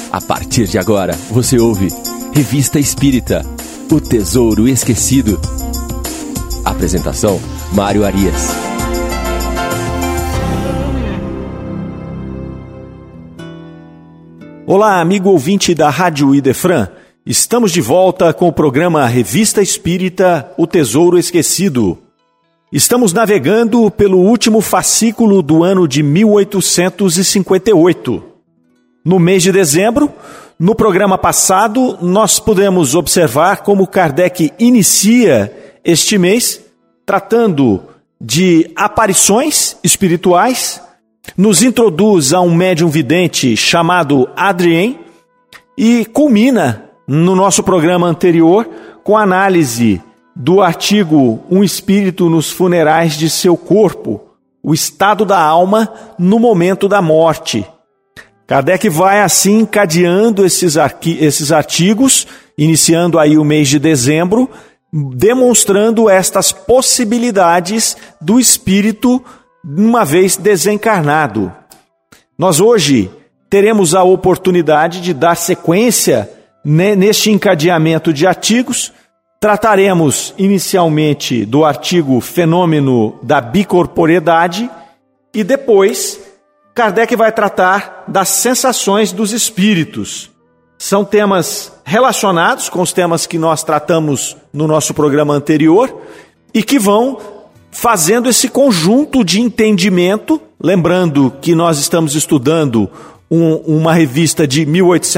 A partir de agora, você ouve Revista Espírita, O Tesouro Esquecido. Apresentação, Mário Arias. Olá, amigo ouvinte da Rádio Idefran. Estamos de volta com o programa Revista Espírita, O Tesouro Esquecido. Estamos navegando pelo último fascículo do ano de 1858. No mês de dezembro, no programa passado, nós pudemos observar como Kardec inicia este mês tratando de aparições espirituais, nos introduz a um médium vidente chamado Adrien e culmina no nosso programa anterior com a análise do artigo Um Espírito nos Funerais de Seu Corpo, o estado da alma no momento da morte. Kardec vai assim encadeando esses artigos, iniciando aí o mês de dezembro, demonstrando estas possibilidades do espírito uma vez desencarnado. Nós hoje teremos a oportunidade de dar sequência neste encadeamento de artigos. Trataremos inicialmente do artigo Fenômeno da Bicorporeidade e depois Kardec vai tratar das sensações dos espíritos. São temas relacionados com os temas que nós tratamos no nosso programa anterior e que vão fazendo esse conjunto de entendimento. Lembrando que nós estamos estudando uma revista de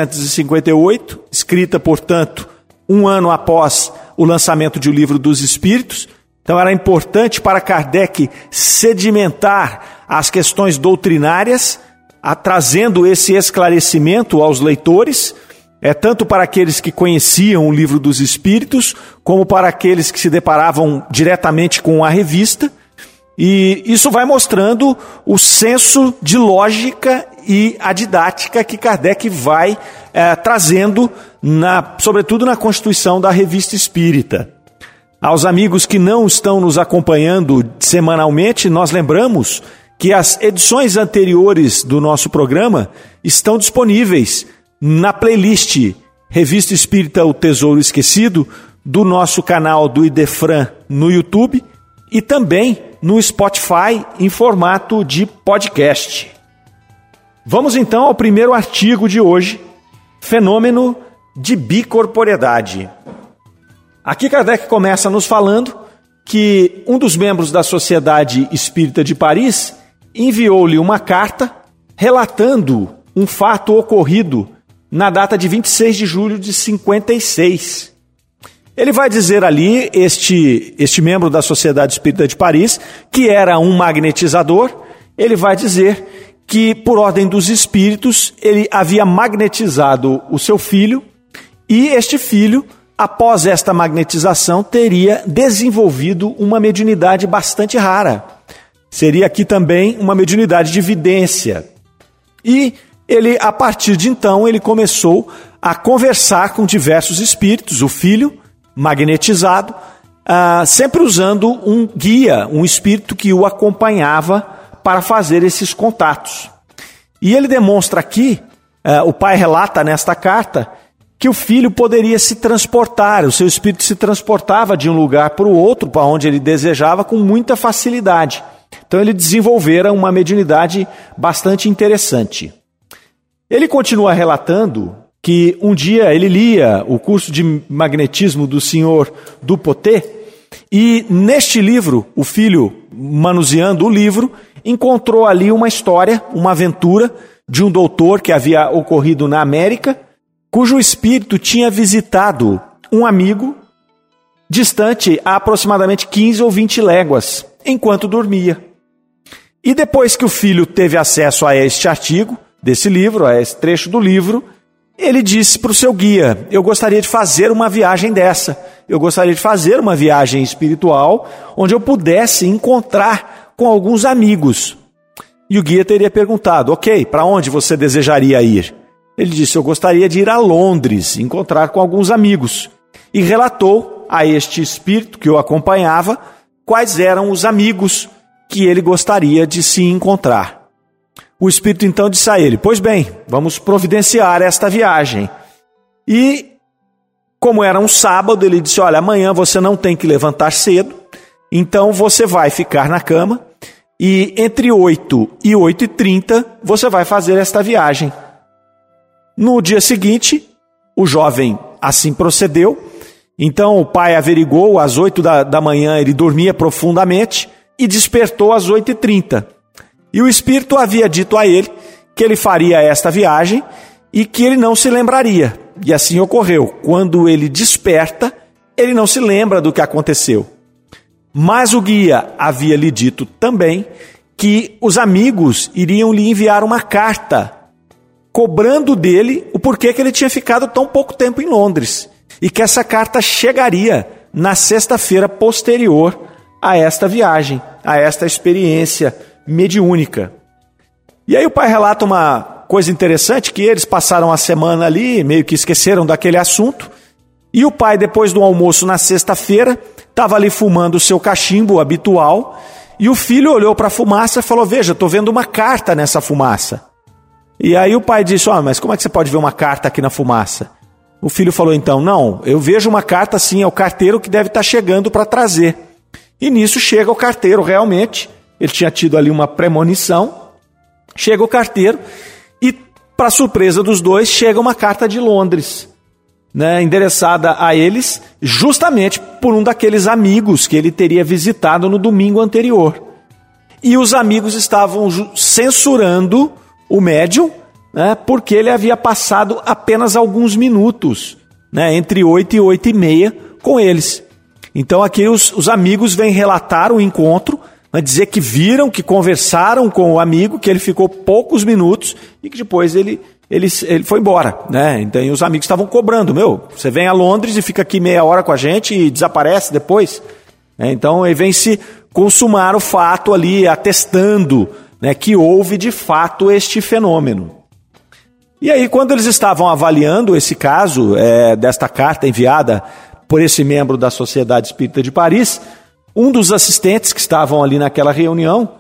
1858, escrita, portanto, um ano após o lançamento de O Livro dos Espíritos. Então era importante para Kardec sedimentar as questões doutrinárias, trazendo esse esclarecimento aos leitores, tanto para aqueles que conheciam o Livro dos Espíritos, como para aqueles que se deparavam diretamente com a revista. E isso vai mostrando o senso de lógica e a didática que Kardec vai trazendo, sobretudo na constituição da Revista Espírita. Aos amigos que não estão nos acompanhando semanalmente, nós lembramos que as edições anteriores do nosso programa estão disponíveis na playlist Revista Espírita O Tesouro Esquecido, do nosso canal do Idefran no YouTube e também no Spotify em formato de podcast. Vamos então ao primeiro artigo de hoje, Fenômeno de Bicorporeidade. Aqui Kardec começa nos falando que um dos membros da Sociedade Espírita de Paris enviou-lhe uma carta relatando um fato ocorrido na data de 26 de julho de 56. Ele vai dizer ali, este membro da Sociedade Espírita de Paris, que era um magnetizador, ele vai dizer que, por ordem dos espíritos, ele havia magnetizado o seu filho e este filho, após esta magnetização, teria desenvolvido uma mediunidade bastante rara. Seria aqui também uma mediunidade de vidência. E ele, a partir de então, ele começou a conversar com diversos espíritos, o filho magnetizado, sempre usando um guia, um espírito que o acompanhava para fazer esses contatos. E ele demonstra aqui, o pai relata nesta carta, que o filho poderia se transportar, o seu espírito se transportava de um lugar para o outro, para onde ele desejava, com muita facilidade. Então ele desenvolvera uma mediunidade bastante interessante. Ele continua relatando que um dia ele lia o curso de magnetismo do senhor Dupotet e neste livro, o filho, manuseando o livro, encontrou ali uma história, uma aventura de um doutor que havia ocorrido na América, cujo espírito tinha visitado um amigo distante a aproximadamente 15 ou 20 léguas, enquanto dormia. E depois que o filho teve acesso a este artigo, desse livro, a esse trecho do livro, ele disse para o seu guia: eu gostaria de fazer uma viagem dessa, eu gostaria de fazer uma viagem espiritual, onde eu pudesse encontrar com alguns amigos. E o guia teria perguntado: ok, para onde você desejaria ir? Ele disse: eu gostaria de ir a Londres, encontrar com alguns amigos. E relatou a este espírito que o acompanhava quais eram os amigos que ele gostaria de se encontrar. O Espírito então disse a ele: pois bem, vamos providenciar esta viagem. E, como era um sábado, ele disse: olha, amanhã você não tem que levantar cedo, então você vai ficar na cama e entre 8 e 8h30 você vai fazer esta viagem. No dia seguinte, o jovem assim procedeu. Então o pai averigou, às 8 da manhã ele dormia profundamente e despertou às 8h30. E o Espírito havia dito a ele que ele faria esta viagem e que ele não se lembraria. E assim ocorreu. Quando ele desperta, ele não se lembra do que aconteceu. Mas o guia havia lhe dito também que os amigos iriam lhe enviar uma carta cobrando dele o porquê que ele tinha ficado tão pouco tempo em Londres. E que essa carta chegaria na sexta-feira posterior a esta viagem, a esta experiência mediúnica. E aí o pai relata uma coisa interessante, que eles passaram a semana ali, meio que esqueceram daquele assunto, e o pai, depois do almoço na sexta-feira, estava ali fumando o seu cachimbo habitual, e o filho olhou para a fumaça e falou: veja, estou vendo uma carta nessa fumaça. E aí o pai disse: mas como é que você pode ver uma carta aqui na fumaça? O filho falou então: não, eu vejo uma carta sim, é o carteiro que deve estar chegando para trazer. E nisso chega o carteiro realmente, ele tinha tido ali uma premonição, chega o carteiro e, para surpresa dos dois, chega uma carta de Londres, né, endereçada a eles justamente por um daqueles amigos que ele teria visitado no domingo anterior. E os amigos estavam censurando o médium, né, porque ele havia passado apenas alguns minutos, né, entre 8 e 8h30 com eles. Então aqui os amigos vêm relatar o encontro, né, dizer que viram, que conversaram com o amigo, que ele ficou poucos minutos e que depois ele foi embora, né? Então e os amigos estavam cobrando: você vem a Londres e fica aqui meia hora com a gente e desaparece depois. Então ele vem se consumar o fato ali, atestando, né, que houve de fato este fenômeno. E aí, quando eles estavam avaliando esse caso, desta carta enviada por esse membro da Sociedade Espírita de Paris, um dos assistentes que estavam ali naquela reunião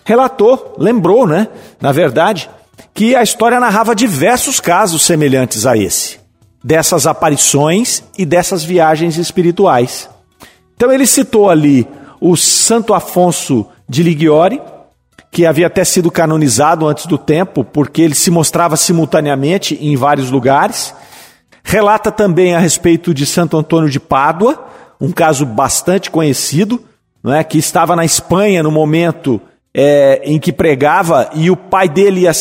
lembrou, né, na verdade, que a história narrava diversos casos semelhantes a esse, dessas aparições e dessas viagens espirituais. Então ele citou ali o Santo Afonso de Liguori, que havia até sido canonizado antes do tempo, porque ele se mostrava simultaneamente em vários lugares. Relata também a respeito de Santo Antônio de Pádua, um caso bastante conhecido, não é, que estava na Espanha no momento em que pregava, e o pai dele ia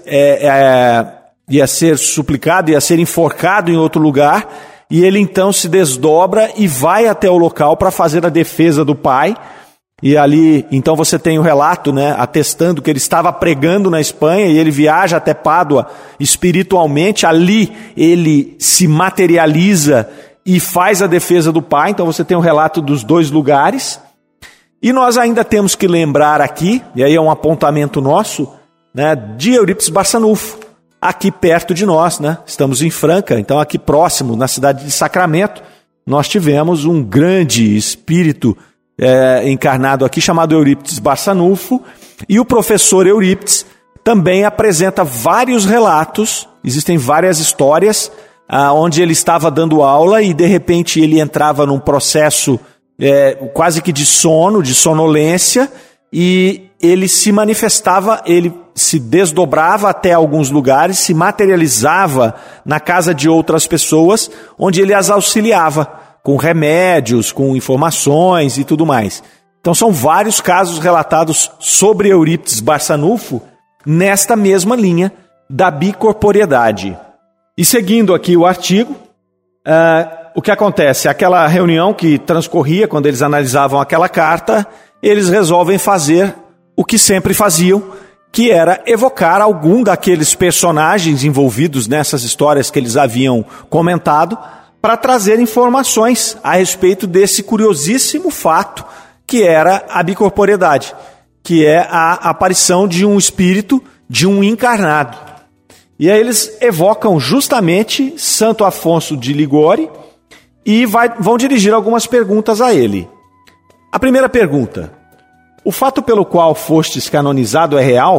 ser suplicado, ia ser enforcado em outro lugar, e ele então se desdobra e vai até o local para fazer a defesa do pai. E ali, então você tem o relato, né, atestando que ele estava pregando na Espanha e ele viaja até Pádua espiritualmente. Ali ele se materializa e faz a defesa do pai. Então você tem o relato dos dois lugares. E nós ainda temos que lembrar aqui, e aí é um apontamento nosso, né, de Eurípides Barçanufo, aqui perto de nós, né? Estamos em Franca, então aqui próximo, na cidade de Sacramento, nós tivemos um grande espírito encarnado aqui, chamado Eurípides Barçanufo, e o professor Eurípides também apresenta vários relatos, existem várias histórias, onde ele estava dando aula e de repente ele entrava num processo quase que de sono, de sonolência, e ele se manifestava, ele se desdobrava até alguns lugares, se materializava na casa de outras pessoas, onde ele as auxiliava com remédios, com informações e tudo mais. Então são vários casos relatados sobre Eurípides Barçanufo nesta mesma linha da bicorporeidade. E seguindo aqui o artigo, o que acontece? Aquela reunião que transcorria quando eles analisavam aquela carta, eles resolvem fazer o que sempre faziam, que era evocar algum daqueles personagens envolvidos nessas histórias que eles haviam comentado, para trazer informações a respeito desse curiosíssimo fato que era a bicorporeidade, que é a aparição de um espírito, de um encarnado. E aí eles evocam justamente Santo Afonso de Liguori e vão dirigir algumas perguntas a ele. A primeira pergunta: o fato pelo qual fostes canonizado é real?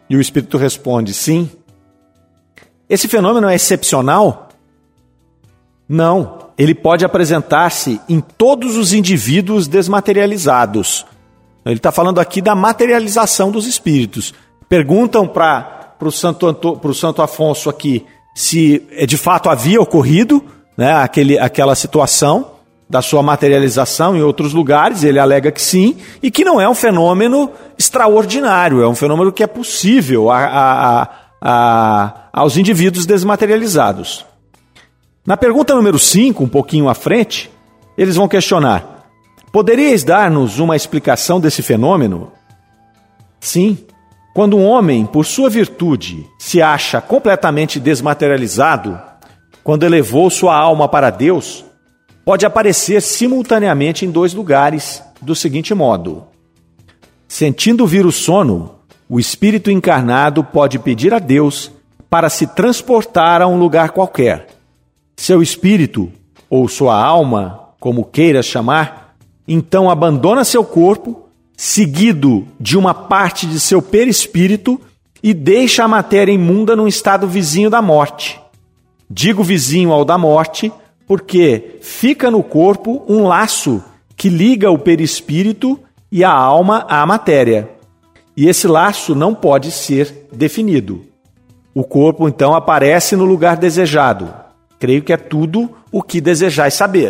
E o espírito responde: sim. Esse fenômeno é excepcional? Não. Ele pode apresentar-se em todos os indivíduos desmaterializados. Ele está falando aqui da materialização dos espíritos. Perguntam para o Santo Afonso aqui se de fato havia ocorrido, né, aquela situação da sua materialização em outros lugares. Ele alega que sim, e que não é um fenômeno extraordinário, é um fenômeno que é possível aos indivíduos desmaterializados. Na pergunta número 5, um pouquinho à frente, eles vão questionar: poderíeis dar-nos uma explicação desse fenômeno? Sim. Quando um homem, por sua virtude, se acha completamente desmaterializado, quando elevou sua alma para Deus, pode aparecer simultaneamente em 2 lugares, do seguinte modo: sentindo vir o sono, o espírito encarnado pode pedir a Deus para se transportar a um lugar qualquer. Seu espírito, ou sua alma, como queiras chamar, então abandona seu corpo, seguido de uma parte de seu perispírito, e deixa a matéria imunda num estado vizinho da morte. Digo vizinho ao da morte, porque fica no corpo um laço que liga o perispírito e a alma à matéria. E esse laço não pode ser definido. O corpo, então, aparece no lugar desejado. Creio que é tudo o que desejais saber.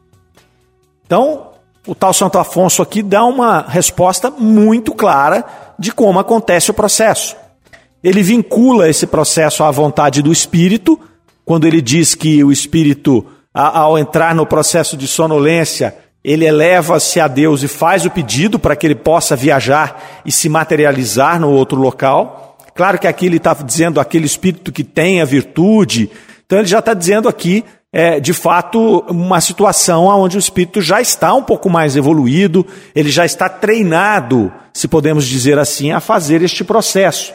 Então, o tal Santo Afonso aqui dá uma resposta muito clara de como acontece o processo. Ele vincula esse processo à vontade do espírito, quando ele diz que o espírito, ao entrar no processo de sonolência, ele eleva-se a Deus e faz o pedido para que ele possa viajar e se materializar no outro local. Claro que aqui ele está dizendo aquele espírito que tem a virtude. Então ele já está dizendo aqui, de fato, uma situação onde o espírito já está um pouco mais evoluído, ele já está treinado, se podemos dizer assim, a fazer este processo.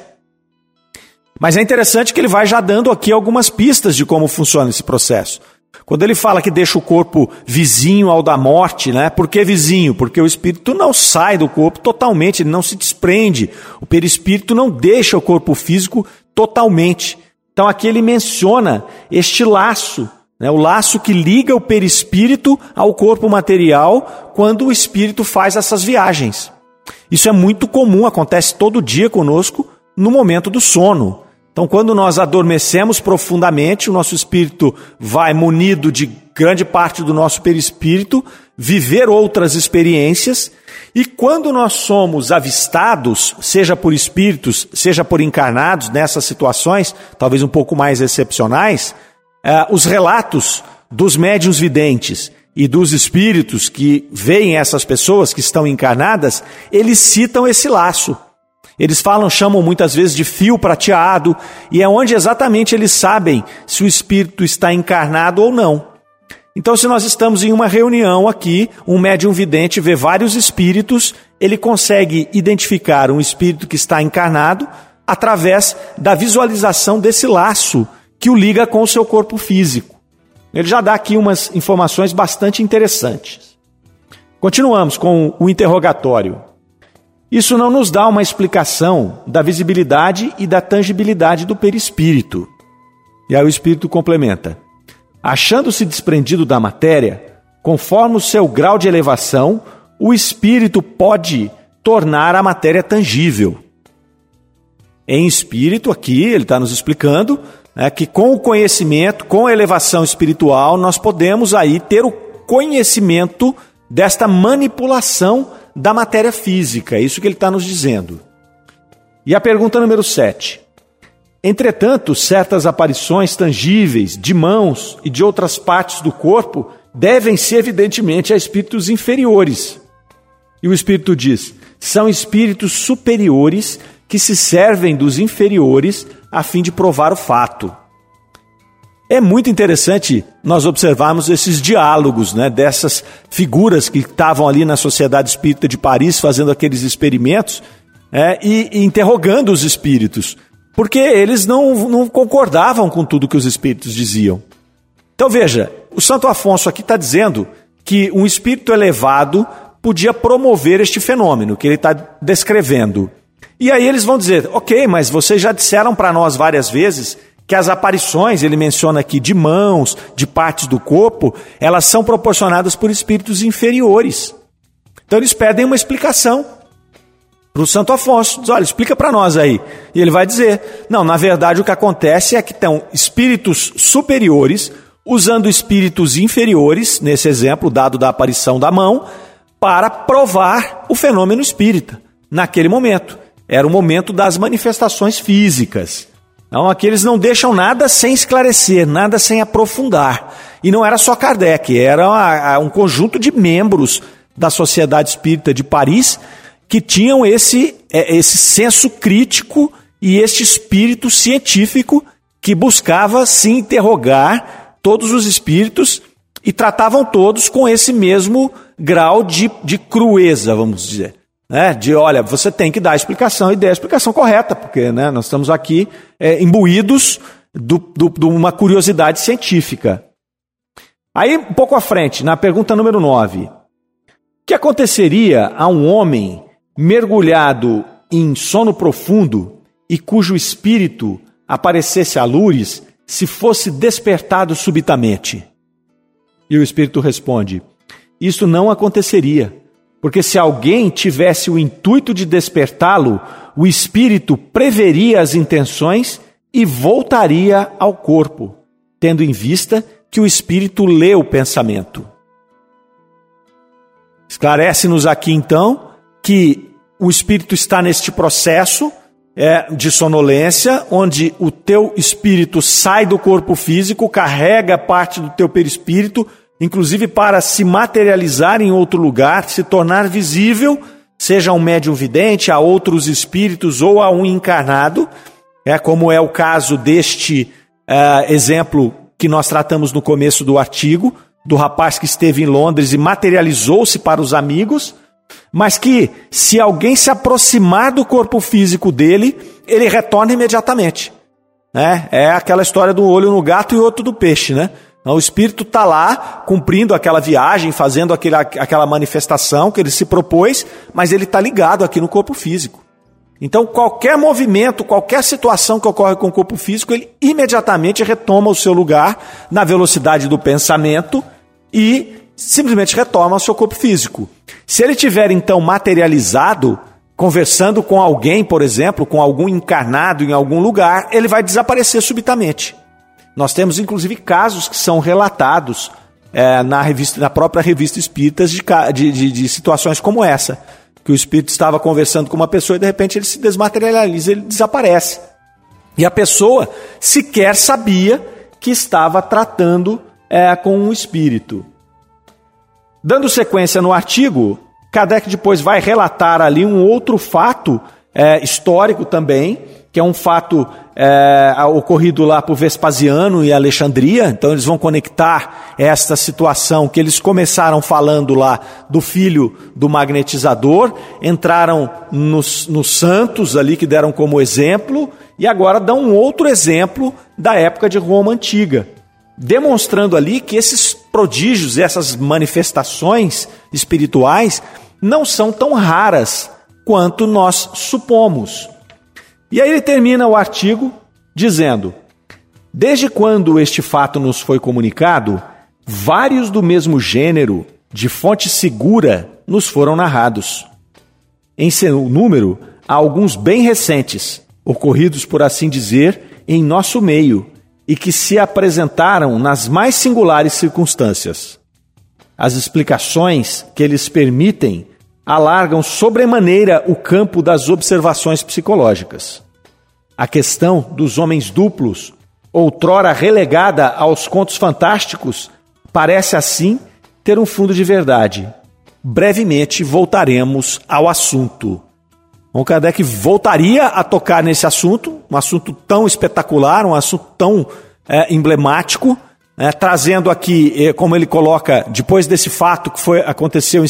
Mas é interessante que ele vai já dando aqui algumas pistas de como funciona esse processo. Quando ele fala que deixa o corpo vizinho ao da morte, né? Por que vizinho? Porque o espírito não sai do corpo totalmente, ele não se desprende. O perispírito não deixa o corpo físico totalmente. Então aqui ele menciona este laço, né, o laço que liga o perispírito ao corpo material quando o espírito faz essas viagens. Isso é muito comum, acontece todo dia conosco no momento do sono. Então quando nós adormecemos profundamente, o nosso espírito vai munido de grande parte do nosso perispírito, viver outras experiências, e quando nós somos avistados, seja por espíritos, seja por encarnados nessas situações, talvez um pouco mais excepcionais, os relatos dos médiuns videntes e dos espíritos que veem essas pessoas que estão encarnadas, eles citam esse laço. Eles chamam muitas vezes de fio prateado, e é onde exatamente eles sabem se o espírito está encarnado ou não. Então, se nós estamos em uma reunião aqui, um médium vidente vê vários espíritos, ele consegue identificar um espírito que está encarnado através da visualização desse laço que o liga com o seu corpo físico. Ele já dá aqui umas informações bastante interessantes. Continuamos com o interrogatório. Isso não nos dá uma explicação da visibilidade e da tangibilidade do perispírito. E aí o espírito complementa. Achando-se desprendido da matéria, conforme o seu grau de elevação, o espírito pode tornar a matéria tangível. Em espírito, aqui, ele está nos explicando, que com o conhecimento, com a elevação espiritual, nós podemos aí ter o conhecimento desta manipulação da matéria física. É isso que ele está nos dizendo. E a pergunta número 7. Entretanto, certas aparições tangíveis de mãos e de outras partes do corpo devem-se evidentemente a espíritos inferiores. E o espírito diz, são espíritos superiores que se servem dos inferiores a fim de provar o fato. É muito interessante nós observarmos esses diálogos, dessas figuras que estavam ali na Sociedade Espírita de Paris fazendo aqueles experimentos e interrogando os espíritos, porque eles não concordavam com tudo que os espíritos diziam. Então veja, o Santo Afonso aqui está dizendo que um espírito elevado podia promover este fenômeno que ele está descrevendo. E aí eles vão dizer, ok, mas vocês já disseram para nós várias vezes que as aparições, ele menciona aqui, de mãos, de partes do corpo, elas são proporcionadas por espíritos inferiores. Então eles pedem uma explicação para o Santo Afonso. Diz, olha, explica para nós aí. E ele vai dizer, não, na verdade o que acontece é que estão espíritos superiores usando espíritos inferiores, nesse exemplo dado da aparição da mão, para provar o fenômeno espírita, naquele momento. Era o momento das manifestações físicas. Então, aqui eles não deixam nada sem esclarecer, nada sem aprofundar. E não era só Kardec, era um conjunto de membros da Sociedade Espírita de Paris que tinham esse senso crítico e este espírito científico que buscava se interrogar todos os espíritos e tratavam todos com esse mesmo grau de crueza, vamos dizer. De, olha, você tem que dar a explicação e dar a explicação correta, porque nós estamos aqui imbuídos de uma curiosidade científica. Aí, um pouco à frente, na pergunta número 9. O que aconteceria a um homem mergulhado em sono profundo e cujo espírito aparecesse a lures se fosse despertado subitamente? E o espírito responde, isso não aconteceria. Porque se alguém tivesse o intuito de despertá-lo, o espírito preveria as intenções e voltaria ao corpo, tendo em vista que o espírito lê o pensamento. Esclarece-nos aqui, então, que o espírito está neste processo de sonolência, onde o teu espírito sai do corpo físico, carrega parte do teu perispírito, inclusive para se materializar em outro lugar, se tornar visível, seja a um médium vidente, a outros espíritos ou a um encarnado, como é o caso deste exemplo que nós tratamos no começo do artigo, do rapaz que esteve em Londres e materializou-se para os amigos, mas que, se alguém se aproximar do corpo físico dele, ele retorna imediatamente. É aquela história do olho no gato e outro do peixe, né? O espírito está lá, cumprindo aquela viagem, fazendo aquela manifestação que ele se propôs, mas ele está ligado aqui no corpo físico. Então, qualquer movimento, qualquer situação que ocorre com o corpo físico, ele imediatamente retoma o seu lugar na velocidade do pensamento e simplesmente retoma o seu corpo físico. Se ele estiver, então, materializado, conversando com alguém, por exemplo, com algum encarnado em algum lugar, ele vai desaparecer subitamente. Nós temos, inclusive, casos que são relatados na própria Revista Espíritas de situações como essa, que o espírito estava conversando com uma pessoa e, de repente, ele se desmaterializa, ele desaparece. E a pessoa sequer sabia que estava tratando com um espírito. Dando sequência no artigo, Kardec depois vai relatar ali um outro fato histórico também, que é um fato ocorrido lá por Vespasiano e Alexandria. Então eles vão conectar esta situação que eles começaram falando lá do filho do magnetizador, entraram nos santos ali que deram como exemplo, e agora dão um outro exemplo da época de Roma Antiga, demonstrando ali que esses prodígios, essas manifestações espirituais não são tão raras quanto nós supomos. E aí ele termina o artigo dizendo: desde quando este fato nos foi comunicado, vários do mesmo gênero, de fonte segura, nos foram narrados. Em seu número, há alguns bem recentes, ocorridos, por assim dizer, em nosso meio, e que se apresentaram nas mais singulares circunstâncias. As explicações que eles permitem alargam sobremaneira o campo das observações psicológicas. A questão dos homens duplos, outrora relegada aos contos fantásticos, parece assim ter um fundo de verdade. Brevemente voltaremos ao assunto. O Kardec voltaria a tocar nesse assunto, um assunto tão espetacular, um assunto tão emblemático, trazendo aqui, como ele coloca, depois desse fato que aconteceu em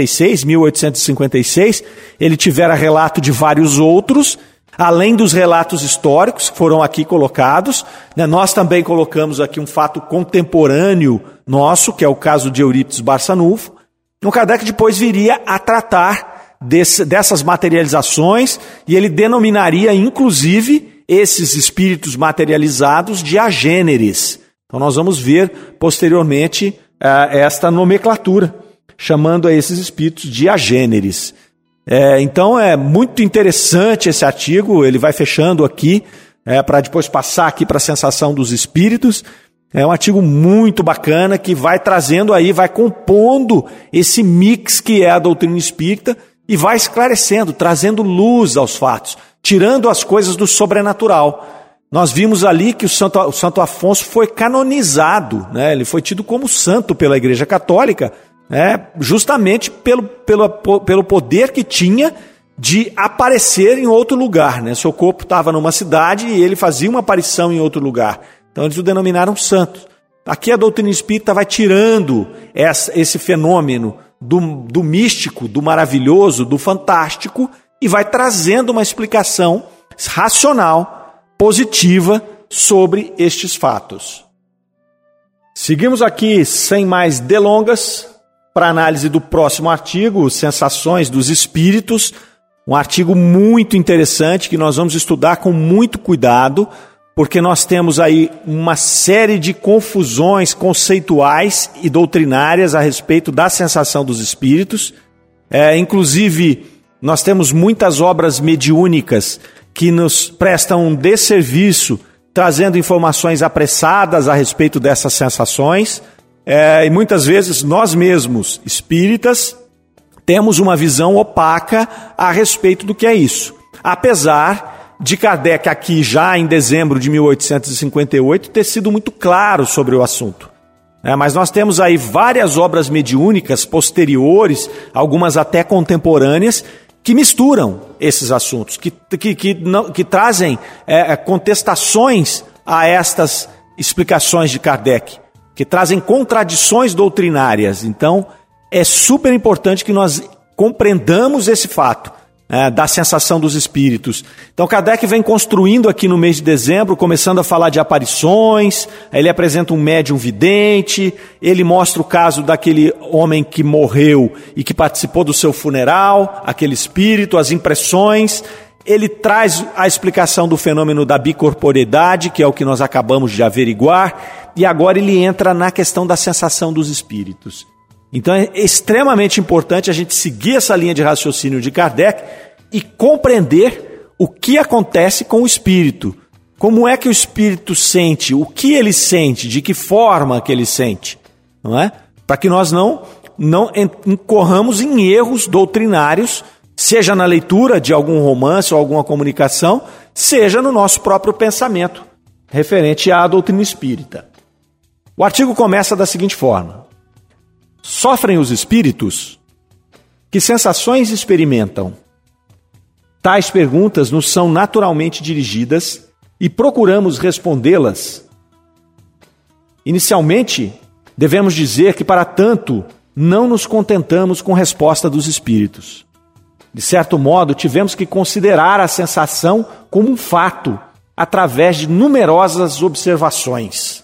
1856, ele tivera relato de vários outros, além dos relatos históricos que foram aqui colocados. Nós também colocamos aqui um fato contemporâneo nosso, que é o caso de Eurípides Barçanufo. O Kardec depois viria a tratar dessas materializações, e ele denominaria, inclusive, esses espíritos materializados de agêneres. Então nós vamos ver posteriormente esta nomenclatura, chamando a esses espíritos de agêneres. Então é muito interessante esse artigo, ele vai fechando aqui, para depois passar aqui para a sensação dos espíritos. É um artigo muito bacana que vai trazendo aí, vai compondo esse mix que é a doutrina espírita e vai esclarecendo, trazendo luz aos fatos, tirando as coisas do sobrenatural. Nós vimos ali que o Santo Afonso foi canonizado, né? Ele foi tido como santo pela Igreja Católica, justamente pelo poder que tinha de aparecer em outro lugar, né? Seu corpo estava numa cidade e ele fazia uma aparição em outro lugar. Então eles o denominaram santo. Aqui a doutrina espírita vai tirando esse fenômeno do místico, do maravilhoso, do fantástico, e vai trazendo uma explicação racional, positiva, sobre estes fatos. Seguimos aqui, sem mais delongas, para análise do próximo artigo, Sensações dos Espíritos, um artigo muito interessante que nós vamos estudar com muito cuidado, porque nós temos aí uma série de confusões conceituais e doutrinárias a respeito da sensação dos espíritos. Inclusive, nós temos muitas obras mediúnicas que nos prestam um desserviço, trazendo informações apressadas a respeito dessas sensações. E muitas vezes nós mesmos, espíritas, temos uma visão opaca a respeito do que é isso. Apesar de Kardec aqui já em dezembro de 1858 ter sido muito claro sobre o assunto. Mas nós temos aí várias obras mediúnicas posteriores, algumas até contemporâneas, que misturam esses assuntos, que trazem contestações a estas explicações de Kardec, que trazem contradições doutrinárias. Então, é super importante que nós compreendamos esse fato, da sensação dos espíritos. Então Kardec vem construindo aqui no mês de dezembro, começando a falar de aparições, ele apresenta um médium vidente, ele mostra o caso daquele homem que morreu e que participou do seu funeral, aquele espírito, as impressões, ele traz a explicação do fenômeno da bicorporeidade, que é o que nós acabamos de averiguar, e agora ele entra na questão da sensação dos espíritos. Então é extremamente importante a gente seguir essa linha de raciocínio de Kardec e compreender o que acontece com o espírito. Como é que o espírito sente, o que ele sente, de que forma que ele sente, não é? Para que nós não incorramos em erros doutrinários, seja na leitura de algum romance ou alguma comunicação, seja no nosso próprio pensamento, referente à doutrina espírita. O artigo começa da seguinte forma: sofrem os espíritos? Que sensações experimentam? Tais perguntas nos são naturalmente dirigidas e procuramos respondê-las. Inicialmente, devemos dizer que, para tanto, não nos contentamos com resposta dos espíritos. De certo modo, tivemos que considerar a sensação como um fato, através de numerosas observações.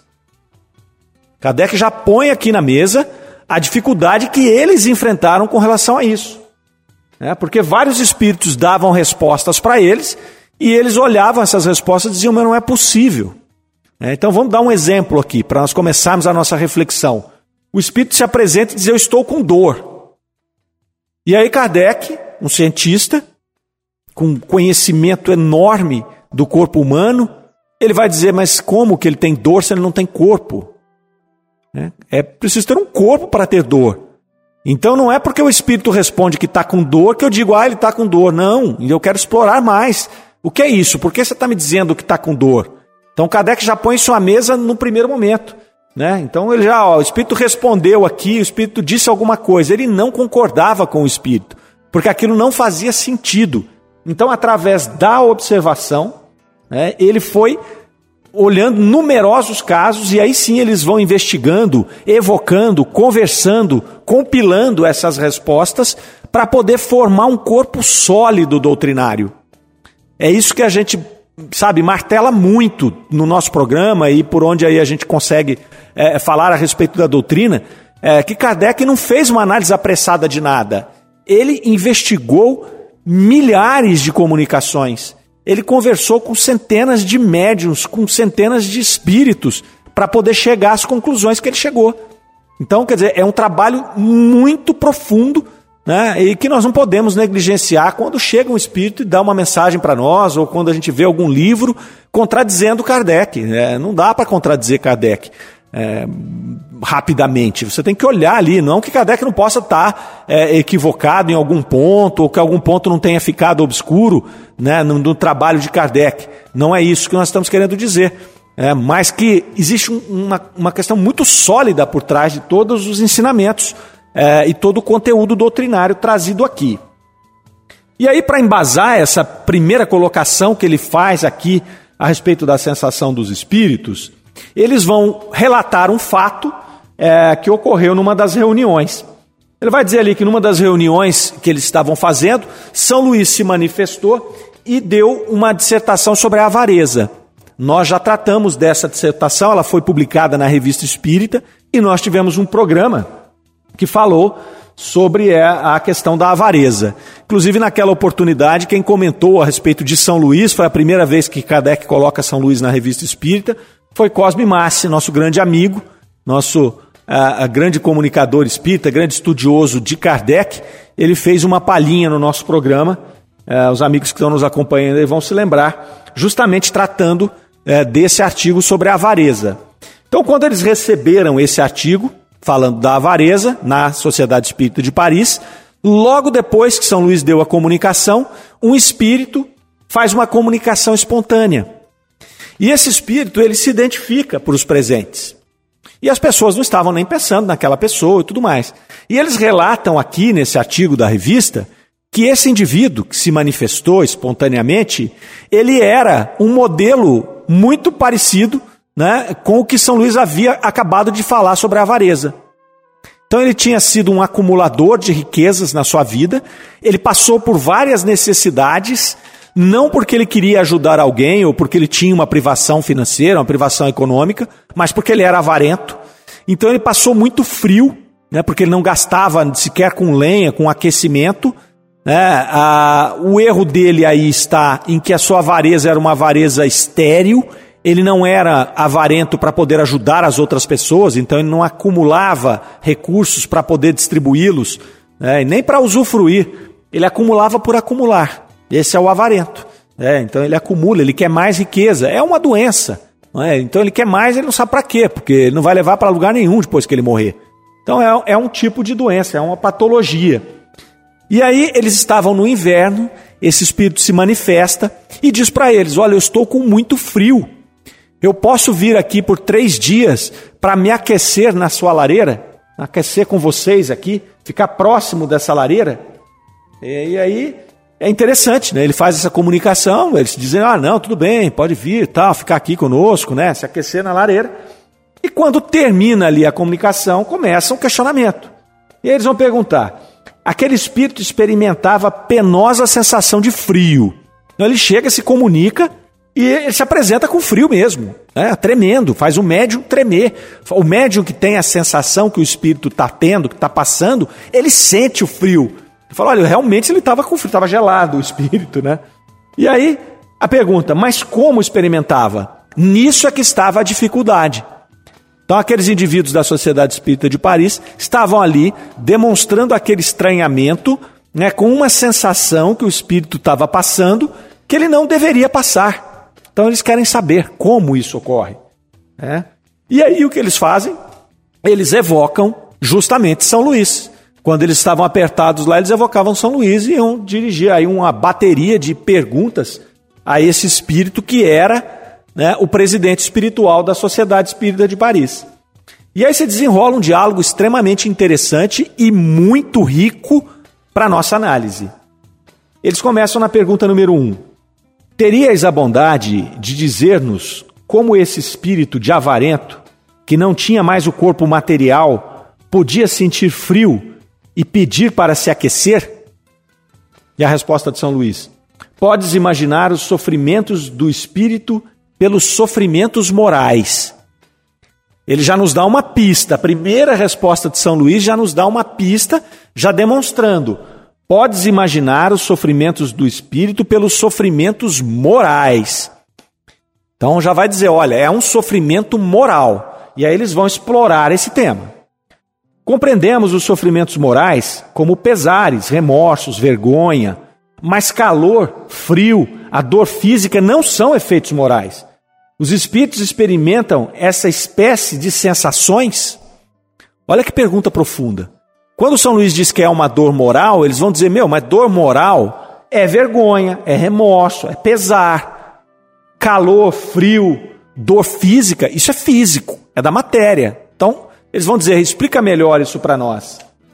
Kardec já põe aqui na mesa a dificuldade que eles enfrentaram com relação a isso. Porque vários espíritos davam respostas para eles e eles olhavam essas respostas e diziam, mas não é possível. Então vamos dar um exemplo aqui, para nós começarmos a nossa reflexão. O espírito se apresenta e diz, eu estou com dor. E aí Kardec, um cientista, com conhecimento enorme do corpo humano, ele vai dizer, mas como que ele tem dor se ele não tem corpo? É preciso ter um corpo para ter dor. Então não é porque o espírito responde que está com dor que eu digo, ele está com dor. Não, eu quero explorar mais. O que é isso? Por que você está me dizendo que está com dor? Então Kardec já põe isso à mesa no primeiro momento. Então ele o espírito respondeu aqui, o espírito disse alguma coisa. Ele não concordava com o espírito, porque aquilo não fazia sentido. Então, através da observação, ele foi olhando numerosos casos, e aí sim eles vão investigando, evocando, conversando, compilando essas respostas para poder formar um corpo sólido doutrinário. É isso que a gente, martela muito no nosso programa e por onde aí a gente consegue falar a respeito da doutrina, que Kardec não fez uma análise apressada de nada. ele investigou milhares de comunicações. Ele conversou com centenas de médiuns, com centenas de espíritos, para poder chegar às conclusões que ele chegou. Então, quer dizer, é um trabalho muito profundo, né, e que nós não podemos negligenciar quando chega um espírito e dá uma mensagem para nós, ou quando a gente vê algum livro contradizendo Kardec. Não dá para contradizer Kardec rapidamente. Você tem que olhar ali, não que Kardec não possa estar equivocado em algum ponto, ou que algum ponto não tenha ficado obscuro, né, no trabalho de Kardec. Não é isso que nós estamos querendo dizer. Mas que existe uma questão muito sólida por trás de todos os ensinamentos e todo o conteúdo doutrinário trazido aqui. E aí, para embasar essa primeira colocação que ele faz aqui a respeito da sensação dos espíritos, eles vão relatar um fato que ocorreu numa das reuniões. Ele vai dizer ali que numa das reuniões que eles estavam fazendo, São Luís se manifestou e deu uma dissertação sobre a avareza. Nós já tratamos dessa dissertação, ela foi publicada na Revista Espírita, e nós tivemos um programa que falou sobre a questão da avareza. Inclusive, naquela oportunidade, quem comentou a respeito de São Luís, foi a primeira vez que Kardec coloca São Luís na Revista Espírita, foi Cosme Massi, nosso grande amigo, nosso grande comunicador espírita, grande estudioso de Kardec. Ele fez uma palhinha no nosso programa, os amigos que estão nos acompanhando aí vão se lembrar, justamente tratando desse artigo sobre a avareza. Então, quando eles receberam esse artigo, falando da avareza, na Sociedade Espírita de Paris, logo depois que São Luís deu a comunicação, um espírito faz uma comunicação espontânea. E esse espírito, ele se identifica para os presentes. E as pessoas não estavam nem pensando naquela pessoa e tudo mais. E eles relatam aqui, nesse artigo da revista, que esse indivíduo que se manifestou espontaneamente, ele era um modelo muito parecido, né, com o que São Luís havia acabado de falar sobre a avareza. Então ele tinha sido um acumulador de riquezas na sua vida, ele passou por várias necessidades, não porque ele queria ajudar alguém ou porque ele tinha uma privação financeira, uma privação econômica, mas porque ele era avarento. Então ele passou muito frio, né, porque ele não gastava sequer com lenha, com aquecimento. O erro dele aí está em que a sua avareza era uma avareza estéril. Ele não era avarento para poder ajudar as outras pessoas, então ele não acumulava recursos para poder distribuí-los, e nem para usufruir. Ele acumulava por acumular. Esse é o avarento. Então ele acumula, ele quer mais riqueza. É uma doença. Então ele quer mais, ele não sabe para quê, porque ele não vai levar para lugar nenhum depois que ele morrer. Então é um tipo de doença, é uma patologia. E aí eles estavam no inverno, esse espírito se manifesta e diz para eles: olha, eu estou com muito frio. Eu posso vir aqui por 3 dias para me aquecer na sua lareira? Aquecer com vocês aqui? Ficar próximo dessa lareira? E aí é interessante, né? Ele faz essa comunicação, eles dizem: não, tudo bem, pode vir, tal, ficar aqui conosco, né? Se aquecer na lareira. E quando termina ali a comunicação, começa um questionamento. E aí eles vão perguntar: aquele espírito experimentava penosa sensação de frio. Então ele chega, se comunica e ele se apresenta com frio mesmo, tremendo, faz o médium tremer. O médium que tem a sensação que o espírito está tendo, que está passando, ele sente o frio. Ele fala: olha, realmente ele estava com frio, estava gelado o espírito, né? E aí a pergunta: mas como experimentava? Nisso é que estava a dificuldade. Então aqueles indivíduos da Sociedade Espírita de Paris estavam ali demonstrando aquele estranhamento, né, com uma sensação que o espírito estava passando que ele não deveria passar. Então eles querem saber como isso ocorre. E aí o que eles fazem? Eles evocam justamente São Luís. Quando eles estavam apertados lá, eles evocavam São Luís e iam dirigir aí uma bateria de perguntas a esse espírito que era, né, o presidente espiritual da Sociedade Espírita de Paris. E aí se desenrola um diálogo extremamente interessante e muito rico para a nossa análise. Eles começam na pergunta número 1. Teríeis a bondade de dizer-nos como esse espírito de avarento, que não tinha mais o corpo material, podia sentir frio e pedir para se aquecer? E a resposta de São Luís: podes imaginar os sofrimentos do espírito pelos sofrimentos morais. Ele já nos dá uma pista. A primeira resposta de São Luís já nos dá uma pista, já demonstrando podes imaginar os sofrimentos do espírito pelos sofrimentos morais. Então já vai dizer, olha, é um sofrimento moral. E aí eles vão explorar esse tema. Compreendemos os sofrimentos morais como pesares, remorsos, vergonha, mas calor, frio, a dor física não são efeitos morais. Os espíritos experimentam essa espécie de sensações. Olha que pergunta profunda. Quando São Luís diz que é uma dor moral, eles vão dizer, mas dor moral é vergonha, é remorso, é pesar. Calor, frio, dor física, isso é físico, é da matéria. Então, eles vão dizer, explica melhor isso para nós.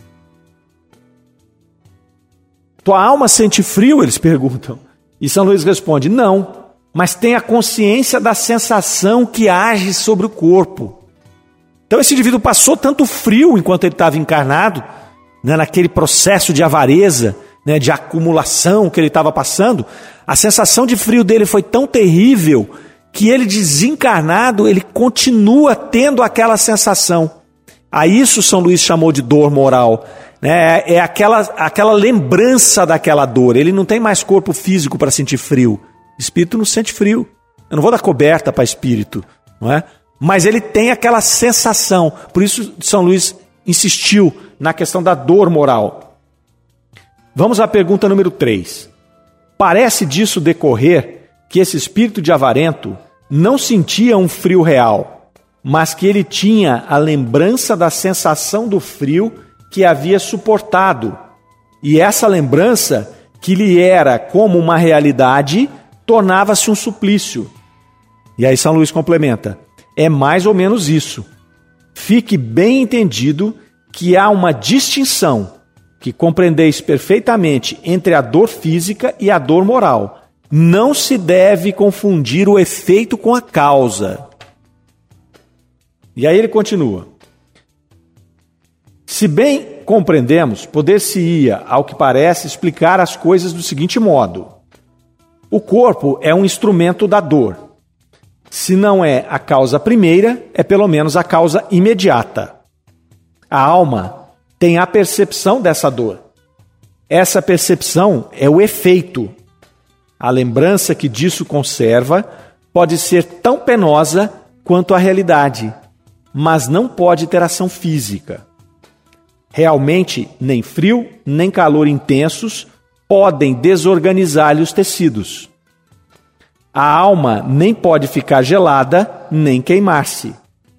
Tua alma sente frio? Eles perguntam. E São Luís responde, não, mas tem a consciência da sensação que age sobre o corpo. Então esse indivíduo passou tanto frio enquanto ele estava encarnado, né, naquele processo de avareza, né, de acumulação que ele estava passando, a sensação de frio dele foi tão terrível que ele desencarnado, ele continua tendo aquela sensação. A isso São Luís chamou de dor moral. É aquela lembrança daquela dor. Ele não tem mais corpo físico para sentir frio. O espírito não sente frio. Eu não vou dar coberta para espírito, não é? Mas ele tem aquela sensação. Por isso São Luís insistiu na questão da dor moral. Vamos à pergunta número 3. Parece disso decorrer que esse espírito de avarento não sentia um frio real, mas que ele tinha a lembrança da sensação do frio que havia suportado. E essa lembrança, que lhe era como uma realidade, tornava-se um suplício. E aí São Luís complementa, é mais ou menos isso. Fique bem entendido que há uma distinção, que compreendeis perfeitamente, entre a dor física e a dor moral. Não se deve confundir o efeito com a causa. E aí ele continua. Se bem compreendemos, poder-se-ia, ao que parece, explicar as coisas do seguinte modo. O corpo é um instrumento da dor. Se não é a causa primeira, é pelo menos a causa imediata. A alma tem a percepção dessa dor. Essa percepção é o efeito. A lembrança que disso conserva pode ser tão penosa quanto a realidade, mas não pode ter ação física. Realmente, nem frio, nem calor intensos podem desorganizar-lhe os tecidos. A alma nem pode ficar gelada, nem queimar-se.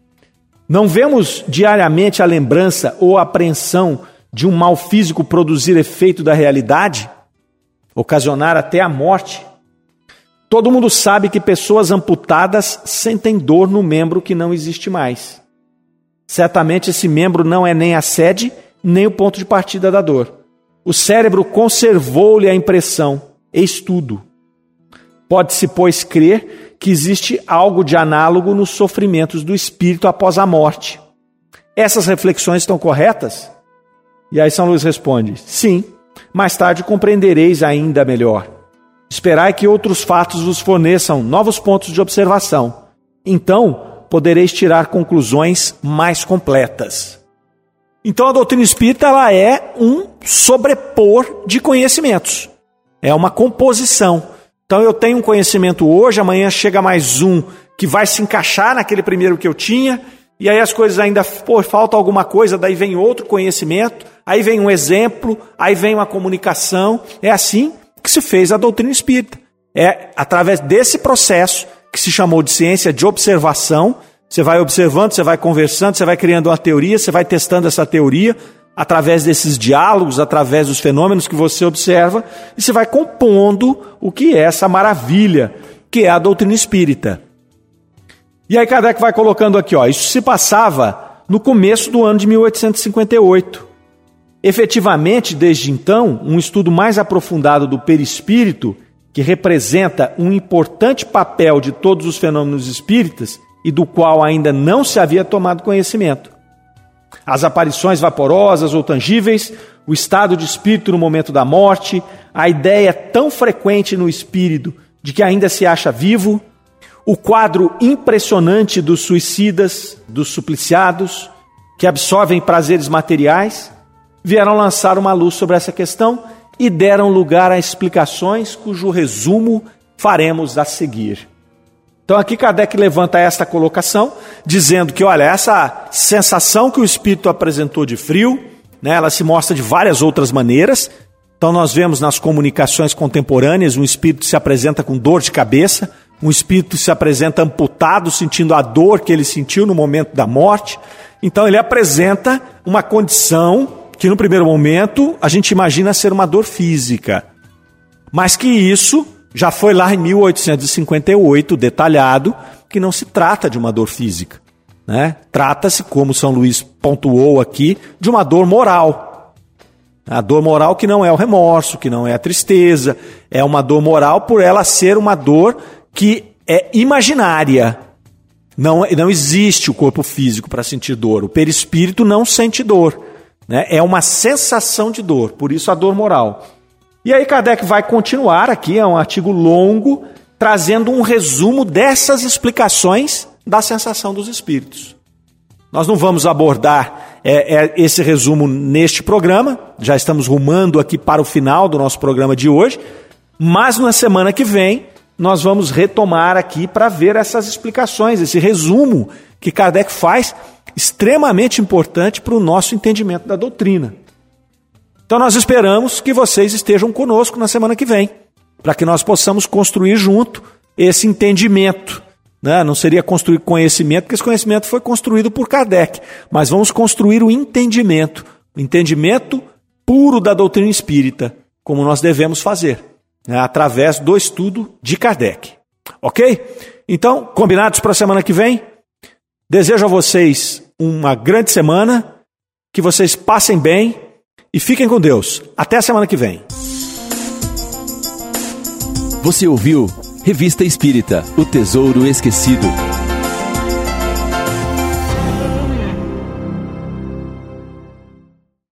Não vemos diariamente a lembrança ou a apreensão de um mal físico produzir efeito da realidade, ocasionar até a morte. Todo mundo sabe que pessoas amputadas sentem dor no membro que não existe mais. Certamente esse membro não é nem a sede, nem o ponto de partida da dor. O cérebro conservou-lhe a impressão, eis tudo. Pode-se, pois, crer que existe algo de análogo nos sofrimentos do espírito após a morte. Essas reflexões estão corretas? E aí São Luís responde, sim, mais tarde compreendereis ainda melhor. Esperai que outros fatos vos forneçam novos pontos de observação. Então, podereis tirar conclusões mais completas. Então, a doutrina espírita ela é um sobrepor de conhecimentos. É uma composição. Então, eu tenho um conhecimento hoje, amanhã chega mais um que vai se encaixar naquele primeiro que eu tinha, e aí as coisas ainda, falta alguma coisa, daí vem outro conhecimento, aí vem um exemplo, aí vem uma comunicação. É assim que se fez a doutrina espírita. É através desse processo que se chamou de ciência de observação. Você vai observando, você vai conversando, você vai criando uma teoria, você vai testando essa teoria através desses diálogos, através dos fenômenos que você observa, e você vai compondo o que é essa maravilha, que é a doutrina espírita. E aí Kardec vai colocando aqui, isso se passava no começo do ano de 1858. Efetivamente, desde então, um estudo mais aprofundado do perispírito, que representa um importante papel de todos os fenômenos espíritas e do qual ainda não se havia tomado conhecimento. As aparições vaporosas ou tangíveis, o estado de espírito no momento da morte, a ideia tão frequente no espírito de que ainda se acha vivo, o quadro impressionante dos suicidas, dos supliciados, que absorvem prazeres materiais, vieram lançar uma luz sobre essa questão e deram lugar a explicações cujo resumo faremos a seguir. Então aqui Kardec levanta esta colocação, dizendo que, olha, essa sensação que o espírito apresentou de frio, né, ela se mostra de várias outras maneiras. Então nós vemos nas comunicações contemporâneas, um espírito se apresenta com dor de cabeça, um espírito se apresenta amputado, sentindo a dor que ele sentiu no momento da morte. Então ele apresenta uma condição que no primeiro momento a gente imagina ser uma dor física, mas que isso já foi lá em 1858 detalhado, que não se trata de uma dor física, né? Trata-se, como São Luís pontuou aqui, de uma dor moral. A dor moral que não é o remorso, que não é a tristeza, é uma dor moral por ela ser uma dor que é imaginária. Não existe o corpo físico para sentir dor, o perispírito não sente dor, né? É uma sensação de dor, por isso a dor moral. E aí Kardec vai continuar aqui, é um artigo longo, trazendo um resumo dessas explicações da sensação dos espíritos. Nós não vamos abordar esse resumo neste programa, já estamos rumando aqui para o final do nosso programa de hoje, mas na semana que vem nós vamos retomar aqui para ver essas explicações, esse resumo que Kardec faz, extremamente importante para o nosso entendimento da doutrina. Então nós esperamos que vocês estejam conosco na semana que vem, para que nós possamos construir junto esse entendimento, né? Não seria construir conhecimento, porque esse conhecimento foi construído por Kardec, mas vamos construir o entendimento puro da doutrina espírita, como nós devemos fazer, né? Através do estudo de Kardec. Ok? Então, combinados para a semana que vem? Desejo a vocês uma grande semana, que vocês passem bem e fiquem com Deus. Até a semana que vem. Você ouviu Revista Espírita, O Tesouro Esquecido.